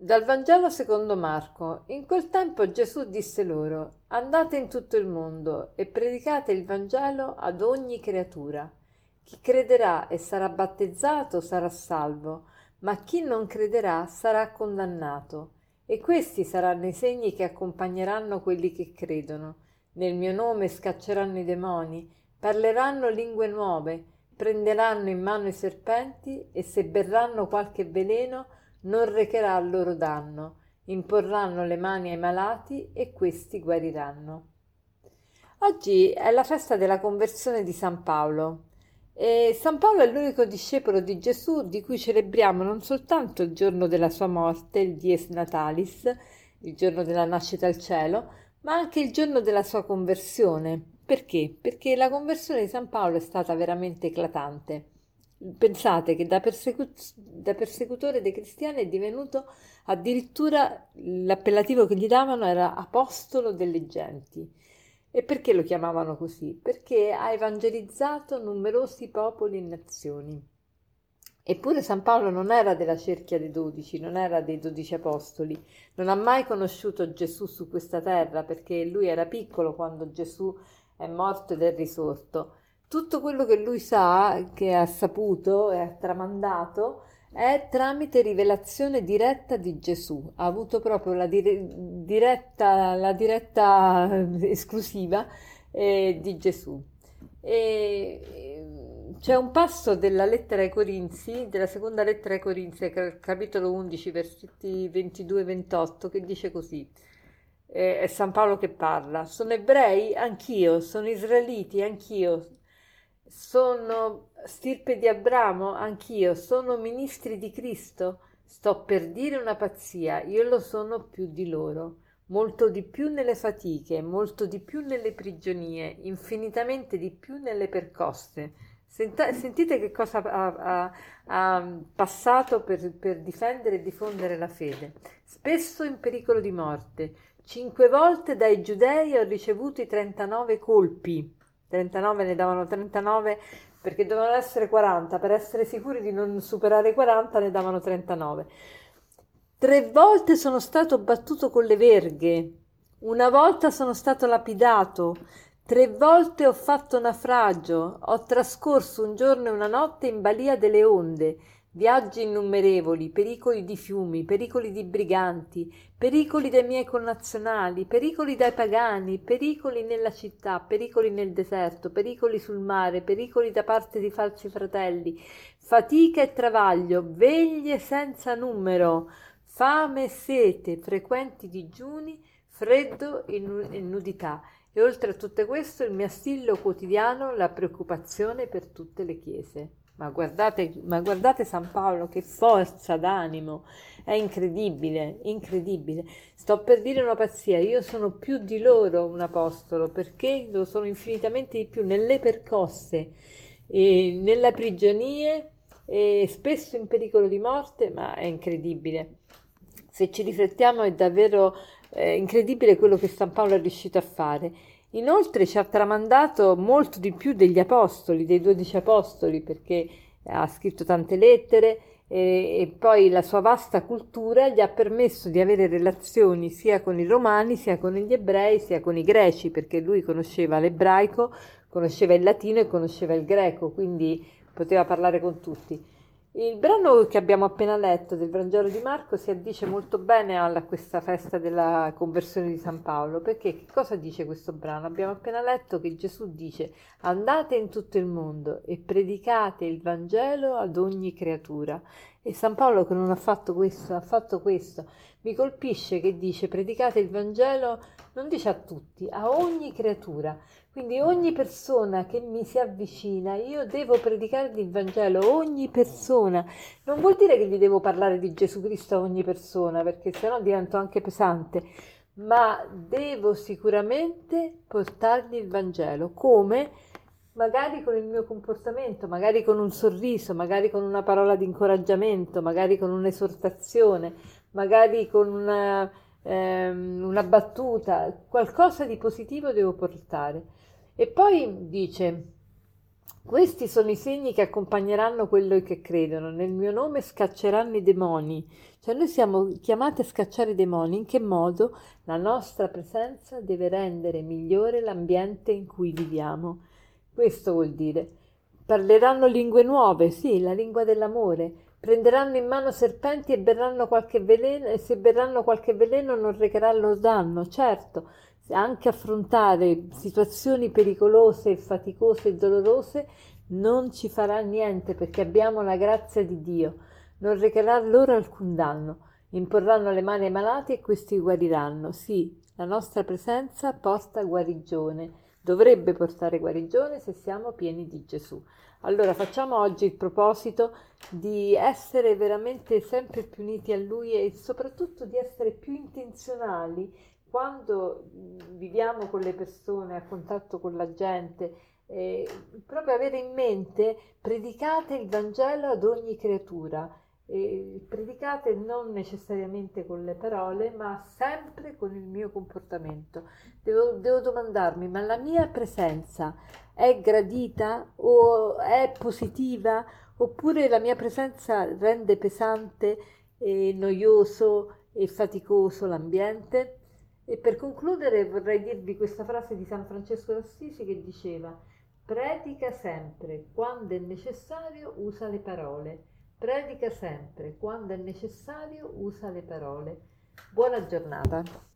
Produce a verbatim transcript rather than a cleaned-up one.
Dal Vangelo secondo Marco. In quel tempo Gesù disse loro: Andate in tutto il mondo e predicate il Vangelo ad ogni creatura. Chi crederà e sarà battezzato sarà salvo, ma chi non crederà sarà condannato. E questi saranno i segni che accompagneranno quelli che credono. Nel mio nome scacceranno i demoni, parleranno lingue nuove, prenderanno in mano i serpenti e se berranno qualche veleno non recherà loro danno, imporranno le mani ai malati e questi guariranno. Oggi è la festa della conversione di San Paolo e San Paolo è l'unico discepolo di Gesù di cui celebriamo non soltanto il giorno della sua morte, il Dies Natalis, il giorno della nascita al cielo, ma anche il giorno della sua conversione. Perché? Perché la conversione di San Paolo è stata veramente eclatante. Pensate che da, persecu- da persecutore dei cristiani è divenuto addirittura, l'appellativo che gli davano era apostolo delle genti. E perché lo chiamavano così? Perché ha evangelizzato numerosi popoli e nazioni. Eppure San Paolo non era della cerchia dei dodici, non era dei dodici apostoli, non ha mai conosciuto Gesù su questa terra perché lui era piccolo quando Gesù è morto ed è risorto. Tutto quello che lui sa, che ha saputo e ha tramandato, è tramite rivelazione diretta di Gesù. Ha avuto proprio la dire- diretta, la diretta eh, esclusiva eh, di Gesù. E eh, c'è un passo della lettera ai Corinzi, della seconda lettera ai Corinzi, capitolo undici, versetti ventidue ventotto, che dice così. Eh, È San Paolo che parla. Sono ebrei? Anch'io. Sono israeliti? Anch'io. Sono stirpe di Abramo? Anch'io. Sono ministri di Cristo? Sto per dire una pazzia, io lo sono più di loro, molto di più nelle fatiche, molto di più nelle prigionie, infinitamente di più nelle percosse. Senta- sentite che cosa ha, ha- ha passato per, per difendere e diffondere la fede. Spesso in pericolo di morte. Cinque volte dai giudei ho ricevuto i trentanove colpi. trentanove ne davano trentanove perché dovevano essere quaranta, per essere sicuri di non superare i quaranta ne davano trentanove. Tre volte sono stato battuto con le verghe, una volta sono stato lapidato, tre volte ho fatto naufragio, ho trascorso un giorno e una notte in balia delle onde, viaggi innumerevoli, pericoli di fiumi, pericoli di briganti, pericoli dai miei connazionali, pericoli dai pagani, pericoli nella città, pericoli nel deserto, pericoli sul mare, pericoli da parte di falsi fratelli, fatica e travaglio, veglie senza numero, fame e sete, frequenti digiuni, freddo e nudità. E oltre a tutto questo il mio assillo quotidiano, la preoccupazione per tutte le chiese. Ma guardate, ma guardate San Paolo, che forza d'animo, è incredibile, incredibile. Sto per dire una pazzia, io sono più di loro un apostolo, perché lo sono infinitamente di più nelle percosse, e nella prigionia e spesso in pericolo di morte, ma è incredibile. Se ci riflettiamo è davvero eh, incredibile quello che San Paolo è riuscito a fare. Inoltre ci ha tramandato molto di più degli apostoli, dei dodici apostoli, perché ha scritto tante lettere e, e poi la sua vasta cultura gli ha permesso di avere relazioni sia con i romani, sia con gli ebrei, sia con i greci, perché lui conosceva l'ebraico, conosceva il latino e conosceva il greco, quindi poteva parlare con tutti. Il brano che abbiamo appena letto del Vangelo di Marco si addice molto bene a questa festa della conversione di San Paolo, perché che cosa dice questo brano? Abbiamo appena letto che Gesù dice: andate in tutto il mondo e predicate il Vangelo ad ogni creatura. E San Paolo che non ha fatto questo, ha fatto questo. Mi colpisce che dice predicate il Vangelo, non dice a tutti, a ogni creatura. Quindi ogni persona che mi si avvicina, io devo predicare il Vangelo, ogni persona. Non vuol dire che gli devo parlare di Gesù Cristo a ogni persona, perché sennò divento anche pesante, ma devo sicuramente portargli il Vangelo. Come? Magari con il mio comportamento, magari con un sorriso, magari con una parola di incoraggiamento, magari con un'esortazione, magari con una, ehm, una battuta, qualcosa di positivo devo portare. E poi dice, Questi sono i segni che accompagneranno quelli che credono. Nel mio nome scacceranno i demoni. Cioè noi siamo chiamati a scacciare i demoni. In che modo? La nostra presenza deve rendere migliore l'ambiente in cui viviamo. Questo vuol dire. Parleranno lingue nuove, sì, la lingua dell'amore. Prenderanno in mano serpenti e berranno qualche veleno, e se berranno qualche veleno non recherà loro danno, certo. Anche affrontare situazioni pericolose, faticose e dolorose non ci farà niente perché abbiamo la grazia di Dio. Non recherà loro alcun danno. Imporranno le mani ai malati e questi guariranno. Sì, la nostra presenza porta guarigione. Dovrebbe portare guarigione se siamo pieni di Gesù. Allora facciamo oggi il proposito di essere veramente sempre più uniti a Lui e soprattutto di essere più intenzionali quando viviamo con le persone, a contatto con la gente, eh, proprio avere in mente: predicate il Vangelo ad ogni creatura, eh, predicate non necessariamente con le parole, ma sempre con il mio comportamento. Devo, devo domandarmi: ma la mia presenza è gradita o è positiva? Oppure la mia presenza rende pesante e noioso e faticoso l'ambiente? E per concludere vorrei dirvi questa frase di San Francesco d'Assisi che diceva: predica sempre, quando è necessario usa le parole. Predica sempre, quando è necessario usa le parole. Buona giornata.